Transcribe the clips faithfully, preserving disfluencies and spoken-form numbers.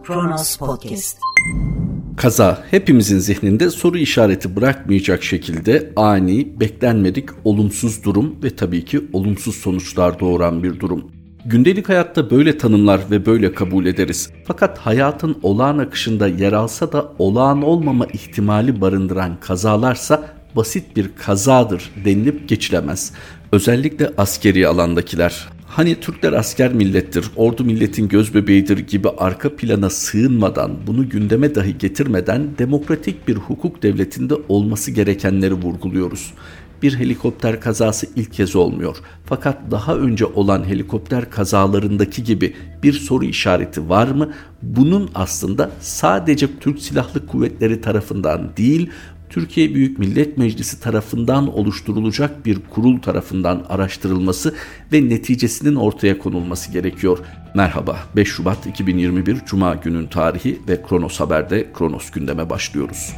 Kronos Podcast. Kaza hepimizin zihninde soru işareti bırakmayacak şekilde ani, beklenmedik, olumsuz durum ve tabii ki olumsuz sonuçlar doğuran bir durum. Gündelik hayatta böyle tanımlar ve böyle kabul ederiz. Fakat hayatın olağan akışında yer alsa da olağan olmama ihtimali barındıran kazalarsa basit bir kazadır denilip geçilemez. Özellikle askeri alandakiler. Hani Türkler asker millettir, ordu milletin gözbebeğidir gibi arka plana sığınmadan, bunu gündeme dahi getirmeden demokratik bir hukuk devletinde olması gerekenleri vurguluyoruz. Bir helikopter kazası ilk kez olmuyor. Fakat daha önce olan helikopter kazalarındaki gibi bir soru işareti var mı? Bunun aslında sadece Türk Silahlı Kuvvetleri tarafından değil, Türkiye Büyük Millet Meclisi tarafından oluşturulacak bir kurul tarafından araştırılması ve neticesinin ortaya konulması gerekiyor. Merhaba, beş Şubat iki bin yirmi bir Cuma günün tarihi ve Kronos Haber'de Kronos gündeme başlıyoruz.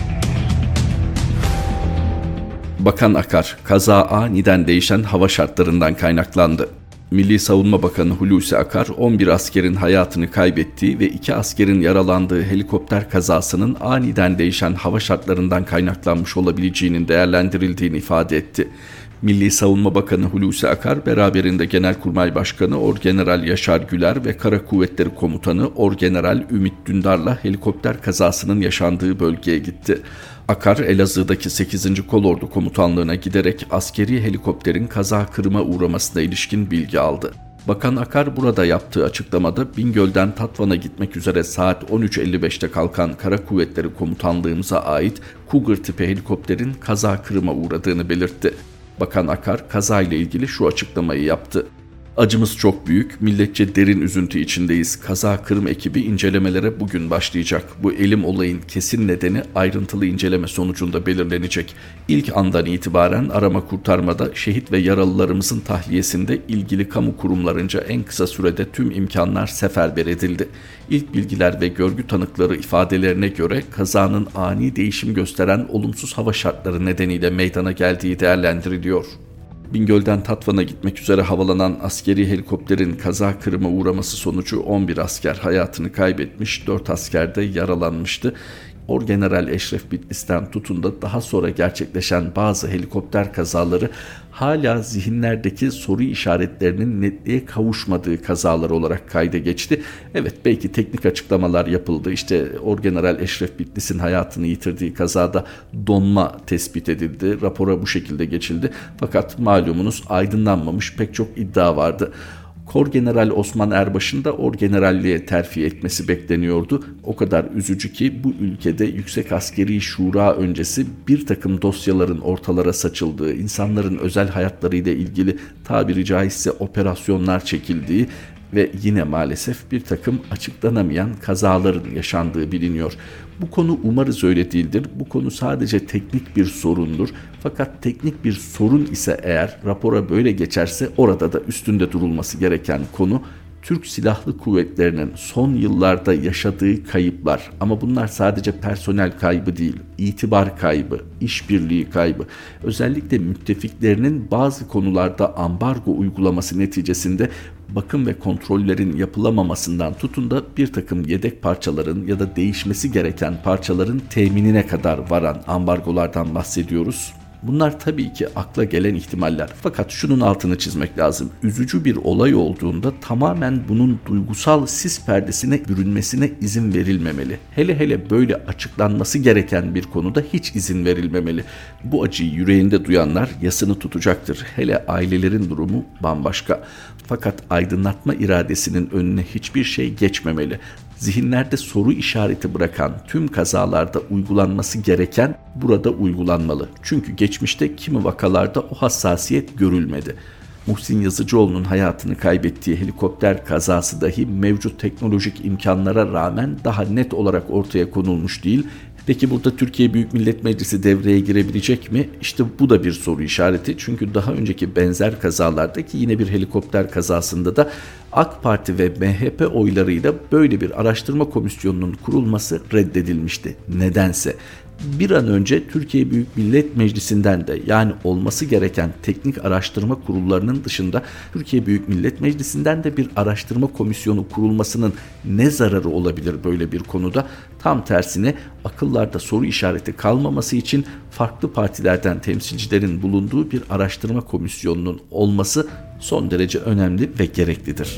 Bakan Akar, kaza aniden değişen hava şartlarından kaynaklandı. Milli Savunma Bakanı Hulusi Akar, on bir askerin hayatını kaybettiği ve iki askerin yaralandığı helikopter kazasının aniden değişen hava şartlarından kaynaklanmış olabileceğinin değerlendirildiğini ifade etti. Milli Savunma Bakanı Hulusi Akar, beraberinde Genelkurmay Başkanı Orgeneral Yaşar Güler ve Kara Kuvvetleri Komutanı Orgeneral Ümit Dündar'la helikopter kazasının yaşandığı bölgeye gitti. Akar, Elazığ'daki sekizinci Kolordu Komutanlığı'na giderek askeri helikopterin kaza kırıma uğramasına ilişkin bilgi aldı. Bakan Akar burada yaptığı açıklamada Bingöl'den Tatvan'a gitmek üzere saat on üç elli beşte kalkan Kara Kuvvetleri Komutanlığımıza ait Cougar tipi helikopterin kaza kırıma uğradığını belirtti. Bakan Akar kazayla ilgili şu açıklamayı yaptı. Acımız çok büyük, milletçe derin üzüntü içindeyiz. Kaza kırım ekibi incelemelere bugün başlayacak. Bu elim olayın kesin nedeni ayrıntılı inceleme sonucunda belirlenecek. İlk andan itibaren arama kurtarmada şehit ve yaralılarımızın tahliyesinde ilgili kamu kurumlarınca en kısa sürede tüm imkanlar seferber edildi. İlk bilgiler ve görgü tanıkları ifadelerine göre kazanın ani değişim gösteren olumsuz hava şartları nedeniyle meydana geldiği değerlendiriliyor. Bingöl'den Tatvan'a gitmek üzere havalanan askeri helikopterin kaza kırıma uğraması sonucu on bir asker hayatını kaybetmiş, dört asker de yaralanmıştı. Orgeneral Eşref Bitlis'ten tutun da daha sonra gerçekleşen bazı helikopter kazaları hala zihinlerdeki soru işaretlerinin netliğe kavuşmadığı kazalar olarak kayda geçti. Evet, belki teknik açıklamalar yapıldı. İşte Orgeneral Eşref Bitlis'in hayatını yitirdiği kazada donma tespit edildi. Rapora bu şekilde geçildi. Fakat malumunuz aydınlanmamış pek çok iddia vardı. Korgeneral Osman Erbaş'ın da orgeneralliğe terfi etmesi bekleniyordu. O kadar üzücü ki bu ülkede Yüksek Askeri Şura öncesi bir takım dosyaların ortalara saçıldığı, insanların özel hayatlarıyla ilgili tabiri caizse operasyonlar çekildiği ve yine maalesef bir takım açıklanamayan kazaların yaşandığı biliniyor. Bu konu umarız öyle değildir. Bu konu sadece teknik bir sorundur. Fakat teknik bir sorun ise eğer rapora böyle geçerse orada da üstünde durulması gereken konu Türk Silahlı Kuvvetleri'nin son yıllarda yaşadığı kayıplar. Ama bunlar sadece personel kaybı değil, itibar kaybı, işbirliği kaybı. Özellikle müttefiklerinin bazı konularda ambargo uygulaması neticesinde bakım ve kontrollerin yapılamamasından tutun da bir takım yedek parçaların ya da değişmesi gereken parçaların teminine kadar varan ambargolardan bahsediyoruz. Bunlar tabii ki akla gelen ihtimaller. Fakat şunun altını çizmek lazım. Üzücü bir olay olduğunda tamamen bunun duygusal sis perdesine bürünmesine izin verilmemeli. Hele hele böyle açıklanması gereken bir konuda hiç izin verilmemeli. Bu acıyı yüreğinde duyanlar yasını tutacaktır. Hele ailelerin durumu bambaşka. Fakat aydınlatma iradesinin önüne hiçbir şey geçmemeli. Zihinlerde soru işareti bırakan tüm kazalarda uygulanması gereken burada uygulanmalı. Çünkü geçmişte kimi vakalarda o hassasiyet görülmedi. Muhsin Yazıcıoğlu'nun hayatını kaybettiği helikopter kazası dahi mevcut teknolojik imkanlara rağmen daha net olarak ortaya konulmuş değil. Peki burada Türkiye Büyük Millet Meclisi devreye girebilecek mi? İşte bu da bir soru işareti. Çünkü daha önceki benzer kazalardaki yine bir helikopter kazasında da AK Parti ve M H P oylarıyla böyle bir araştırma komisyonunun kurulması reddedilmişti. Nedense bir an önce Türkiye Büyük Millet Meclisi'nden de, yani olması gereken teknik araştırma kurullarının dışında Türkiye Büyük Millet Meclisi'nden de bir araştırma komisyonu kurulmasının ne zararı olabilir böyle bir konuda? Tam tersine akıllarda soru işareti kalmaması için farklı partilerden temsilcilerin bulunduğu bir araştırma komisyonunun olması son derece önemli ve gereklidir.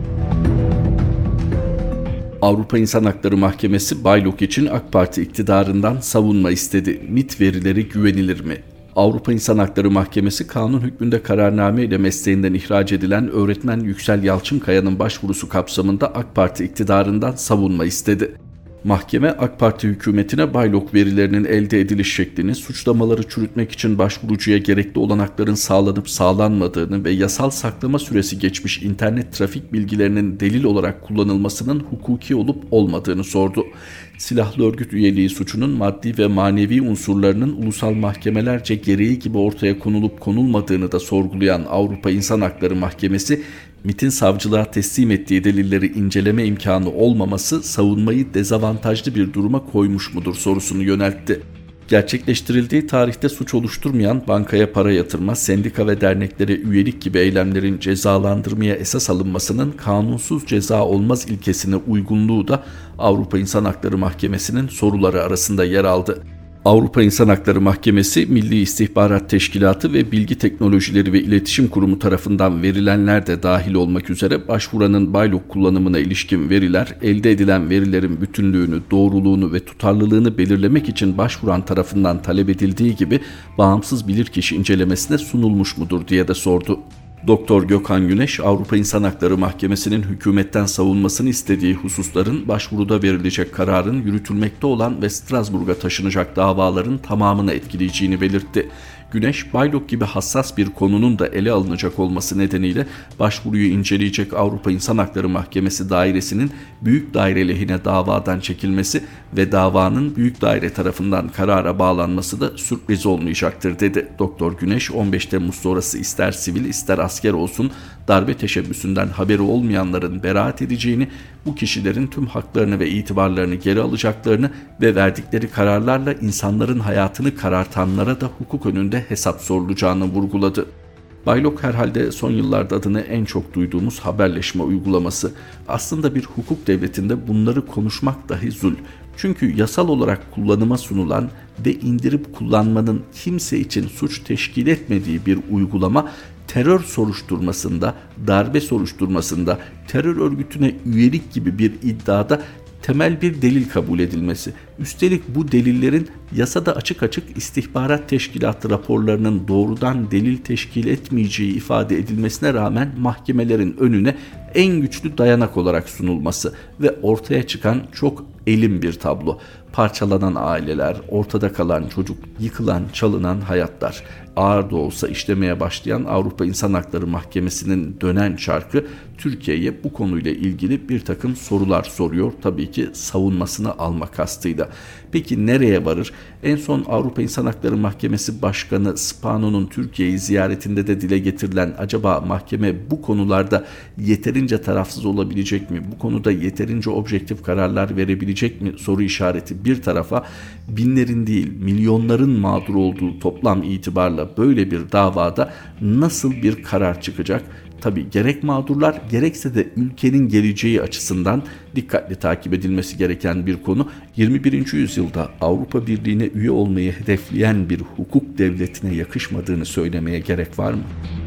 Avrupa İnsan Hakları Mahkemesi Baylok için AK Parti iktidarından savunma istedi. MİT verileri güvenilir mi? Avrupa İnsan Hakları Mahkemesi kanun hükmünde kararname ile mesleğinden ihraç edilen öğretmen Yüksel Yalçınkaya'nın başvurusu kapsamında AK Parti iktidarından savunma istedi. Mahkeme AK Parti hükümetine Baylok verilerinin elde ediliş şeklini, suçlamaları çürütmek için başvurucuya gerekli olanakların sağlanıp sağlanmadığını ve yasal saklama süresi geçmiş internet trafik bilgilerinin delil olarak kullanılmasının hukuki olup olmadığını sordu. Silahlı örgüt üyeliği suçunun maddi ve manevi unsurlarının ulusal mahkemelerce gereği gibi ortaya konulup konulmadığını da sorgulayan Avrupa İnsan Hakları Mahkemesi, MİT'in savcılığa teslim ettiği delilleri inceleme imkanı olmaması savunmayı dezavantajlı bir duruma koymuş mudur sorusunu yöneltti. Gerçekleştirildiği tarihte suç oluşturmayan bankaya para yatırma, sendika ve derneklere üyelik gibi eylemlerin cezalandırmaya esas alınmasının kanunsuz ceza olmaz ilkesine uygunluğu da Avrupa İnsan Hakları Mahkemesi'nin soruları arasında yer aldı. Avrupa İnsan Hakları Mahkemesi, Milli İstihbarat Teşkilatı ve Bilgi Teknolojileri ve İletişim Kurumu tarafından verilenler de dahil olmak üzere başvuranın Baylok kullanımına ilişkin veriler, elde edilen verilerin bütünlüğünü, doğruluğunu ve tutarlılığını belirlemek için başvuran tarafından talep edildiği gibi bağımsız bilirkişi incelemesine sunulmuş mudur diye de sordu. Doktor Gökhan Güneş, Avrupa İnsan Hakları Mahkemesi'nin hükümetten savunmasını istediği hususların başvuruda verilecek kararın yürütülmekte olan ve Strasbourg'a taşınacak davaların tamamını etkileyeceğini belirtti. Güneş, Baylok gibi hassas bir konunun da ele alınacak olması nedeniyle başvuruyu inceleyecek Avrupa İnsan Hakları Mahkemesi dairesinin büyük daire lehine davadan çekilmesi ve davanın büyük daire tarafından karara bağlanması da sürpriz olmayacaktır dedi. Doktor Güneş, on beş Temmuz sonrası ister sivil ister asker olsun darbe teşebbüsünden haberi olmayanların beraat edeceğini, bu kişilerin tüm haklarını ve itibarlarını geri alacaklarını ve verdikleri kararlarla insanların hayatını karartanlara da hukuk önünde hesap sorulacağını vurguladı. Baylok herhalde son yıllarda adını en çok duyduğumuz haberleşme uygulaması. Aslında bir hukuk devletinde bunları konuşmak dahi zul. Çünkü yasal olarak kullanıma sunulan ve indirip kullanmanın kimse için suç teşkil etmediği bir uygulama, terör soruşturmasında, darbe soruşturmasında, terör örgütüne üyelik gibi bir iddiada temel bir delil kabul edilmesi. Üstelik bu delillerin yasada açık açık istihbarat teşkilatı raporlarının doğrudan delil teşkil etmeyeceği ifade edilmesine rağmen mahkemelerin önüne en güçlü dayanak olarak sunulması ve ortaya çıkan çok elim bir tablo. Parçalanan aileler, ortada kalan çocuk, yıkılan, çalınan hayatlar. Ağır da olsa işlemeye başlayan Avrupa İnsan Hakları Mahkemesi'nin dönen çarkı Türkiye'ye bu konuyla ilgili bir takım sorular soruyor. Tabii ki savunmasını almak kastıyla. Peki nereye varır? En son Avrupa İnsan Hakları Mahkemesi Başkanı Spano'nun Türkiye'yi ziyaretinde de dile getirilen, acaba mahkeme bu konularda yeterince tarafsız olabilecek mi? Bu konuda yeterince objektif kararlar verebilecek mi? Soru işareti bir tarafa, binlerin değil milyonların mağdur olduğu toplam itibarla böyle bir davada nasıl bir karar çıkacak? Tabii gerek mağdurlar gerekse de ülkenin geleceği açısından dikkatli takip edilmesi gereken bir konu. yirmi birinci yüzyılda Avrupa Birliği'ne üye olmayı hedefleyen bir hukuk devletine yakışmadığını söylemeye gerek var mı?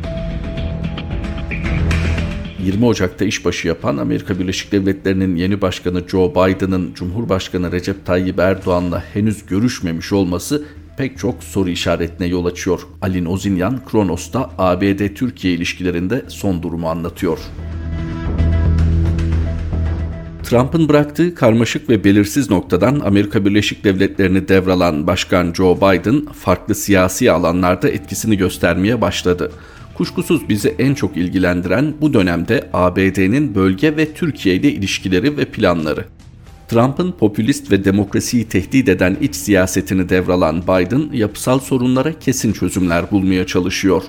yirmi Ocak'ta işbaşı yapan Amerika Birleşik Devletleri'nin yeni başkanı Joe Biden'ın Cumhurbaşkanı Recep Tayyip Erdoğan'la henüz görüşmemiş olması pek çok soru işaretine yol açıyor. Alin Ozinyan, Kronos'ta A B D-Türkiye ilişkilerinde son durumu anlatıyor. Trump'ın bıraktığı karmaşık ve belirsiz noktadan Amerika Birleşik Devletleri'ni devralan Başkan Joe Biden, farklı siyasi alanlarda etkisini göstermeye başladı. Kuşkusuz bizi en çok ilgilendiren bu dönemde A B D'nin bölge ve Türkiye ile ilişkileri ve planları. Trump'ın popülist ve demokrasiyi tehdit eden iç siyasetini devralan Biden, yapısal sorunlara kesin çözümler bulmaya çalışıyor.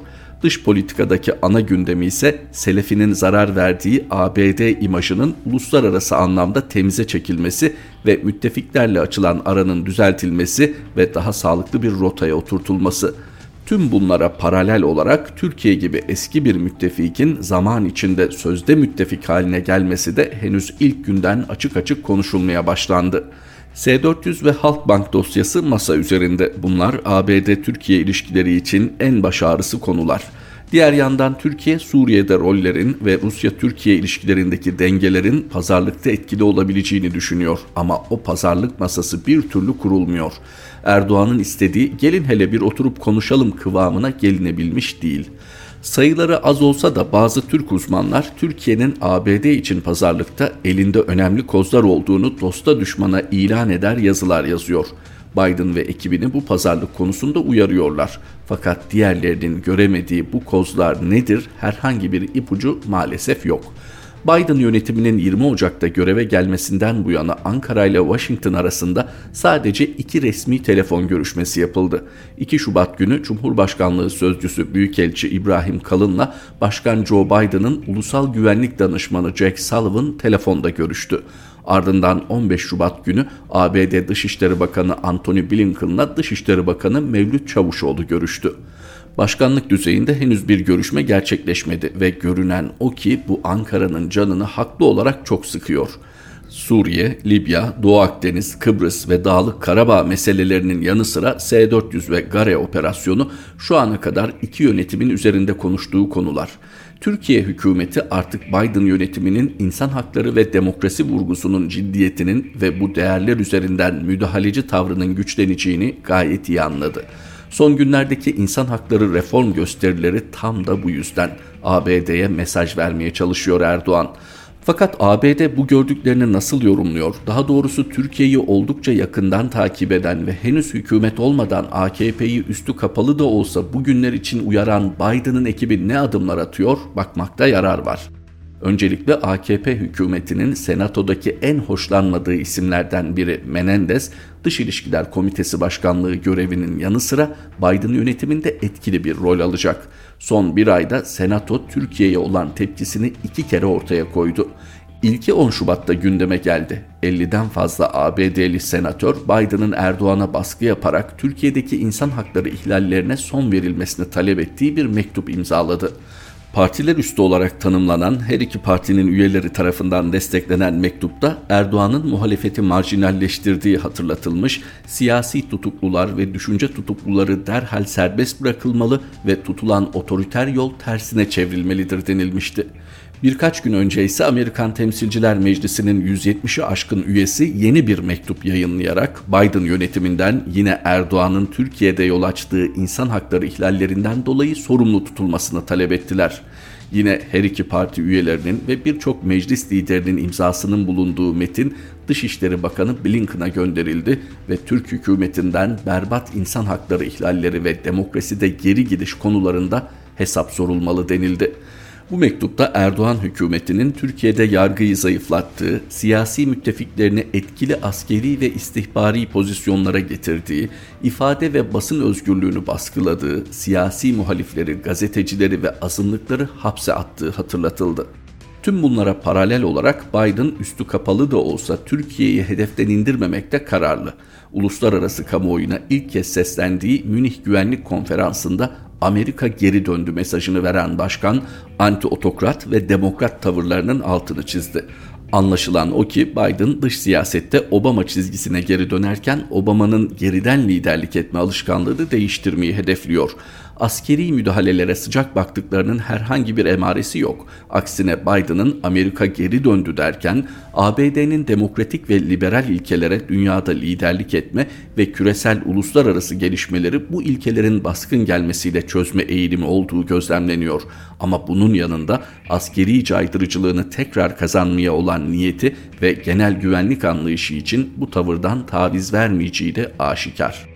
Dış politikadaki ana gündemi ise Selefi'nin zarar verdiği A B D imajının uluslararası anlamda temize çekilmesi ve müttefiklerle açılan aranın düzeltilmesi ve daha sağlıklı bir rotaya oturtulması. Tüm bunlara paralel olarak Türkiye gibi eski bir müttefikin zaman içinde sözde müttefik haline gelmesi de henüz ilk günden açık açık konuşulmaya başlandı. S dört yüz ve Halkbank dosyası masa üzerinde. Bunlar A B D-Türkiye ilişkileri için en baş ağrısı konular. Diğer yandan Türkiye, Suriye'de rollerin ve Rusya-Türkiye ilişkilerindeki dengelerin pazarlıkta etkili olabileceğini düşünüyor. Ama o pazarlık masası bir türlü kurulmuyor. Erdoğan'ın istediği gelin hele bir oturup konuşalım kıvamına gelinebilmiş değil. Sayıları az olsa da bazı Türk uzmanlar Türkiye'nin A B D için pazarlıkta elinde önemli kozlar olduğunu dosta düşmana ilan eder yazılar yazıyor. Biden ve ekibini bu pazarlık konusunda uyarıyorlar. Fakat diğerlerinin göremediği bu kozlar nedir? Herhangi bir ipucu maalesef yok. Biden yönetiminin yirmi Ocak'ta göreve gelmesinden bu yana Ankara ile Washington arasında sadece iki resmi telefon görüşmesi yapıldı. iki Şubat günü Cumhurbaşkanlığı Sözcüsü Büyükelçi İbrahim Kalın'la Başkan Joe Biden'ın Ulusal Güvenlik Danışmanı Jake Sullivan telefonda görüştü. Ardından on beş Şubat günü A B D Dışişleri Bakanı Antony Blinken'la Dışişleri Bakanı Mevlüt Çavuşoğlu görüştü. Başkanlık düzeyinde henüz bir görüşme gerçekleşmedi ve görünen o ki bu Ankara'nın canını haklı olarak çok sıkıyor. Suriye, Libya, Doğu Akdeniz, Kıbrıs ve Dağlık Karabağ meselelerinin yanı sıra S dört yüz ve Gare operasyonu şu ana kadar iki yönetimin üzerinde konuştuğu konular. Türkiye hükümeti artık Biden yönetiminin insan hakları ve demokrasi vurgusunun ciddiyetinin ve bu değerler üzerinden müdahaleci tavrının güçleneceğini gayet iyi anladı. Son günlerdeki insan hakları reform gösterileri tam da bu yüzden A B D'ye mesaj vermeye çalışıyor Erdoğan. Fakat A B D bu gördüklerini nasıl yorumluyor? Daha doğrusu Türkiye'yi oldukça yakından takip eden ve henüz hükümet olmadan A K P'yi üstü kapalı da olsa bugünler için uyaran Biden'ın ekibi ne adımlar atıyor? Bakmakta yarar var. Öncelikle A K P hükümetinin senatodaki en hoşlanmadığı isimlerden biri Menendez, Dış İlişkiler Komitesi Başkanlığı görevinin yanı sıra Biden yönetiminde etkili bir rol alacak. Son bir ayda senato Türkiye'ye olan tepkisini iki kere ortaya koydu. İlki on Şubat'ta gündeme geldi. elliden fazla A B D'li senatör Biden'ın Erdoğan'a baskı yaparak Türkiye'deki insan hakları ihlallerine son verilmesini talep ettiği bir mektup imzaladı. Partiler üstü olarak tanımlanan her iki partinin üyeleri tarafından desteklenen mektupta Erdoğan'ın muhalefeti marjinalleştirdiği hatırlatılmış, siyasi tutuklular ve düşünce tutukluları derhal serbest bırakılmalı ve tutulan otoriter yol tersine çevrilmelidir denilmişti. Birkaç gün önce ise Amerikan Temsilciler Meclisi'nin yüz yetmişi aşkın üyesi yeni bir mektup yayınlayarak Biden yönetiminden yine Erdoğan'ın Türkiye'de yol açtığı insan hakları ihlallerinden dolayı sorumlu tutulmasını talep ettiler. Yine her iki parti üyelerinin ve birçok meclis liderinin imzasının bulunduğu metin Dışişleri Bakanı Blinken'a gönderildi ve Türk hükümetinden berbat insan hakları ihlalleri ve demokraside geri gidiş konularında hesap sorulmalı denildi. Bu mektupta Erdoğan hükümetinin Türkiye'de yargıyı zayıflattığı, siyasi müttefiklerini etkili askeri ve istihbari pozisyonlara getirdiği, ifade ve basın özgürlüğünü baskıladığı, siyasi muhalifleri, gazetecileri ve azınlıkları hapse attığı hatırlatıldı. Tüm bunlara paralel olarak Biden üstü kapalı da olsa Türkiye'yi hedeften indirmemekte kararlı. Uluslararası kamuoyuna ilk kez seslendiği Münih Güvenlik Konferansı'nda Amerika geri döndü mesajını veren başkan, anti-otokrat ve demokrat tavırlarının altını çizdi. Anlaşılan o ki Biden dış siyasette Obama çizgisine geri dönerken Obama'nın geriden liderlik etme alışkanlığını değiştirmeyi hedefliyor. Askeri müdahalelere sıcak baktıklarının herhangi bir emaresi yok. Aksine Biden'ın Amerika geri döndü derken A B D'nin demokratik ve liberal ilkelere dünyada liderlik etme ve küresel uluslararası gelişmeleri bu ilkelerin baskın gelmesiyle çözme eğilimi olduğu gözlemleniyor. Ama bunun yanında askeri caydırıcılığını tekrar kazanmaya olan niyeti ve genel güvenlik anlayışı için bu tavırdan taviz vermeyeceği de aşikar.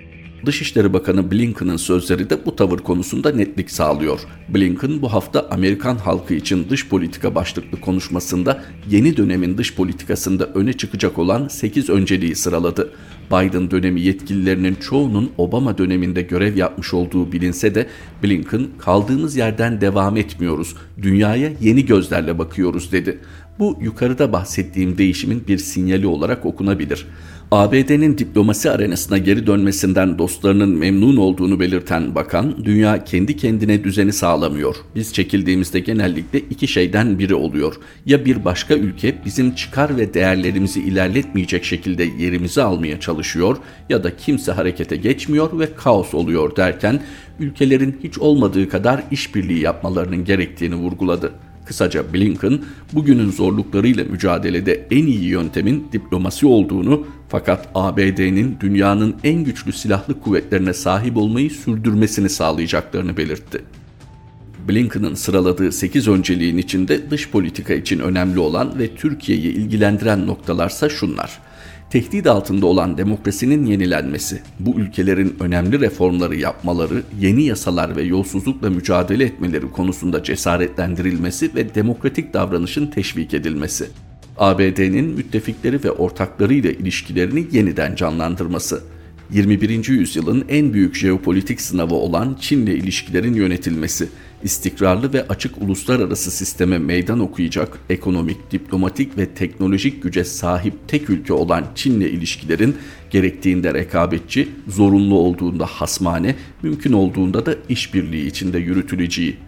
Dışişleri Bakanı Blinken'ın sözleri de bu tavır konusunda netlik sağlıyor. Blinken bu hafta Amerikan halkı için dış politika başlıklı konuşmasında yeni dönemin dış politikasında öne çıkacak olan sekiz önceliği sıraladı. Biden dönemi yetkililerinin çoğunun Obama döneminde görev yapmış olduğu bilinse de Blinken kaldığımız yerden devam etmiyoruz, dünyaya yeni gözlerle bakıyoruz dedi. Bu yukarıda bahsettiğim değişimin bir sinyali olarak okunabilir. A B D'nin diplomasi arenasına geri dönmesinden dostlarının memnun olduğunu belirten bakan, dünya kendi kendine düzeni sağlamıyor. Biz çekildiğimizde genellikle iki şeyden biri oluyor. Ya bir başka ülke bizim çıkar ve değerlerimizi ilerletmeyecek şekilde yerimizi almaya çalışıyor ya da kimse harekete geçmiyor ve kaos oluyor derken ülkelerin hiç olmadığı kadar işbirliği yapmalarının gerektiğini vurguladı. Kısaca Blinken, bugünün zorluklarıyla mücadelede en iyi yöntemin diplomasi olduğunu, fakat A B D'nin dünyanın en güçlü silahlı kuvvetlerine sahip olmayı sürdürmesini sağlayacaklarını belirtti. Blinken'ın sıraladığı sekiz önceliğin içinde dış politika için önemli olan ve Türkiye'yi ilgilendiren noktalarsa şunlar. Tehdit altında olan demokrasinin yenilenmesi, bu ülkelerin önemli reformları yapmaları, yeni yasalar ve yolsuzlukla mücadele etmeleri konusunda cesaretlendirilmesi ve demokratik davranışın teşvik edilmesi. A B D'nin müttefikleri ve ortaklarıyla ilişkilerini yeniden canlandırması. yirmi birinci yüzyılın en büyük jeopolitik sınavı olan Çin'le ilişkilerin yönetilmesi, istikrarlı ve açık uluslararası sisteme meydan okuyacak, ekonomik, diplomatik ve teknolojik güce sahip tek ülke olan Çin'le ilişkilerin gerektiğinde rekabetçi, zorunlu olduğunda hasmane, mümkün olduğunda da işbirliği içinde yürütüleceği.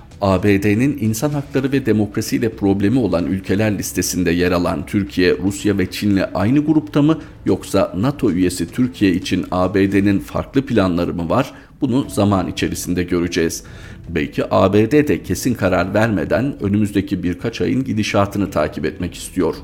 A B D'nin insan hakları ve demokrasiyle problemi olan ülkeler listesinde yer alan Türkiye, Rusya ve Çin'le aynı grupta mı, yoksa NATO üyesi Türkiye için A B D'nin farklı planları mı var? Bunu zaman içerisinde göreceğiz. Belki A B D de kesin karar vermeden önümüzdeki birkaç ayın gidişatını takip etmek istiyor.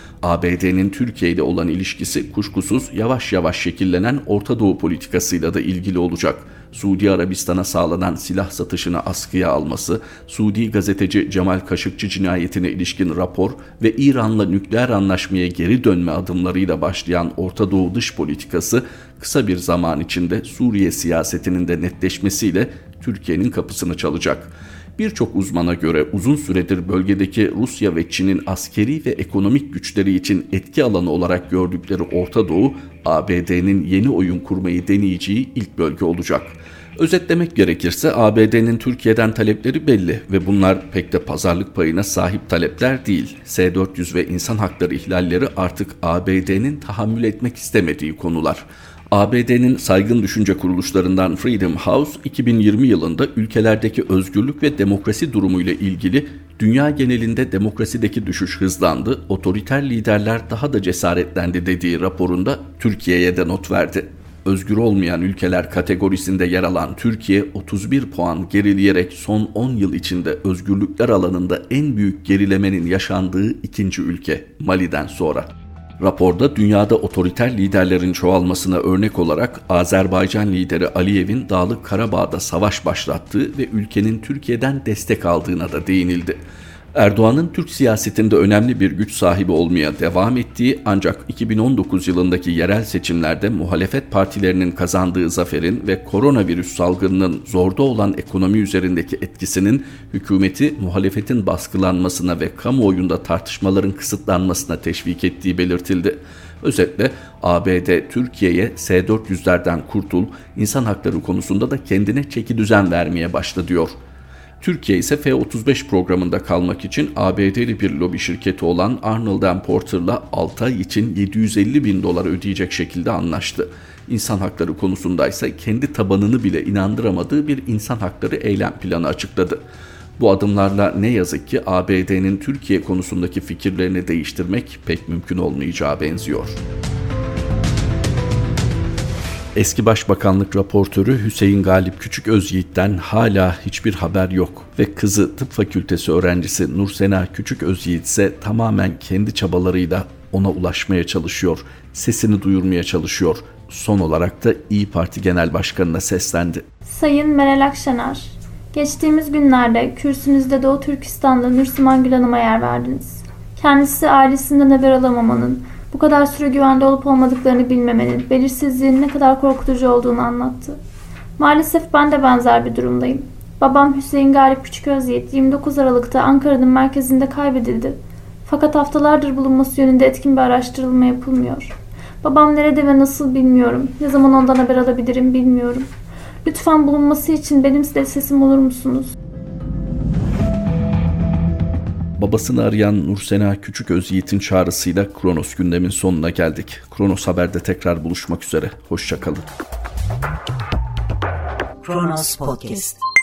A B D'nin Türkiye ile olan ilişkisi kuşkusuz yavaş yavaş şekillenen Orta Doğu politikasıyla da ilgili olacak. Suudi Arabistan'a sağlanan silah satışını askıya alması, Suudi gazeteci Cemal Kaşıkçı cinayetine ilişkin rapor ve İran'la nükleer anlaşmaya geri dönme adımlarıyla başlayan Orta Doğu dış politikası kısa bir zaman içinde Suriye siyasetinin de netleşmesiyle Türkiye'nin kapısını çalacak. Birçok uzmana göre uzun süredir bölgedeki Rusya ve Çin'in askeri ve ekonomik güçleri için etki alanı olarak gördükleri Orta Doğu, A B D'nin yeni oyun kurmayı deneyeceği ilk bölge olacak. Özetlemek gerekirse A B D'nin Türkiye'den talepleri belli ve bunlar pek de pazarlık payına sahip talepler değil. S dört yüz ve insan hakları ihlalleri artık A B D'nin tahammül etmek istemediği konular. A B D'nin saygın düşünce kuruluşlarından Freedom House, iki bin yirmi yılında ülkelerdeki özgürlük ve demokrasi durumuyla ilgili dünya genelinde demokrasideki düşüş hızlandı, otoriter liderler daha da cesaretlendi dediği raporunda Türkiye'ye de not verdi. Özgür olmayan ülkeler kategorisinde yer alan Türkiye otuz bir puan gerileyerek son on yıl içinde özgürlükler alanında en büyük gerilemenin yaşandığı ikinci ülke, Mali'den sonra. Raporda dünyada otoriter liderlerin çoğalmasına örnek olarak Azerbaycan lideri Aliyev'in Dağlık Karabağ'da savaş başlattığı ve ülkenin Türkiye'den destek aldığına da değinildi. Erdoğan'ın Türk siyasetinde önemli bir güç sahibi olmaya devam ettiği, ancak iki bin on dokuz yılındaki yerel seçimlerde muhalefet partilerinin kazandığı zaferin ve koronavirüs salgınının zorda olan ekonomi üzerindeki etkisinin hükümeti muhalefetin baskılanmasına ve kamuoyunda tartışmaların kısıtlanmasına teşvik ettiği belirtildi. Özetle A B D Türkiye'ye S dört yüzlerden kurtul, insan hakları konusunda da kendine çekidüzen vermeye başladı diyor. Türkiye ise F otuz beş programında kalmak için A B D'li bir lobi şirketi olan Arnold and Porter'la altı ay için yedi yüz elli bin dolar ödeyecek şekilde anlaştı. İnsan hakları konusundaysa kendi tabanını bile inandıramadığı bir insan hakları eylem planı açıkladı. Bu adımlarla ne yazık ki A B D'nin Türkiye konusundaki fikirlerini değiştirmek pek mümkün olmayacağı benziyor. Eski Başbakanlık raportörü Hüseyin Galip Küçüközyiğit'ten hala hiçbir haber yok ve kızı tıp fakültesi öğrencisi Nursena Küçüközyiğit ise tamamen kendi çabalarıyla ona ulaşmaya çalışıyor, sesini duyurmaya çalışıyor. Son olarak da İYİ Parti Genel Başkanı'na seslendi. Sayın Meral Akşener, geçtiğimiz günlerde kürsünüzde Doğu Türkistan'da Nursima Gül Hanım'a yer verdiniz. Kendisi ailesinden haber alamamanın, Bu kadar süre güvende olup olmadıklarını bilmemenin, belirsizliğin ne kadar korkutucu olduğunu anlattı. Maalesef ben de benzer bir durumdayım. Babam Hüseyin Galip Küçüközyiğit yirmi dokuz Aralık'ta Ankara'nın merkezinde kaybedildi. Fakat haftalardır bulunması yönünde etkin bir araştırılma yapılmıyor. Babam nerede ve nasıl bilmiyorum. Ne zaman ondan haber alabilirim bilmiyorum. Lütfen bulunması için benim size sesim olur musunuz? Babasını arayan Nursena Küçüközyiğit'in çağrısıyla Kronos gündemin sonuna geldik. Kronos Haber'de tekrar buluşmak üzere. Hoşça kalın. Kronos Podcast.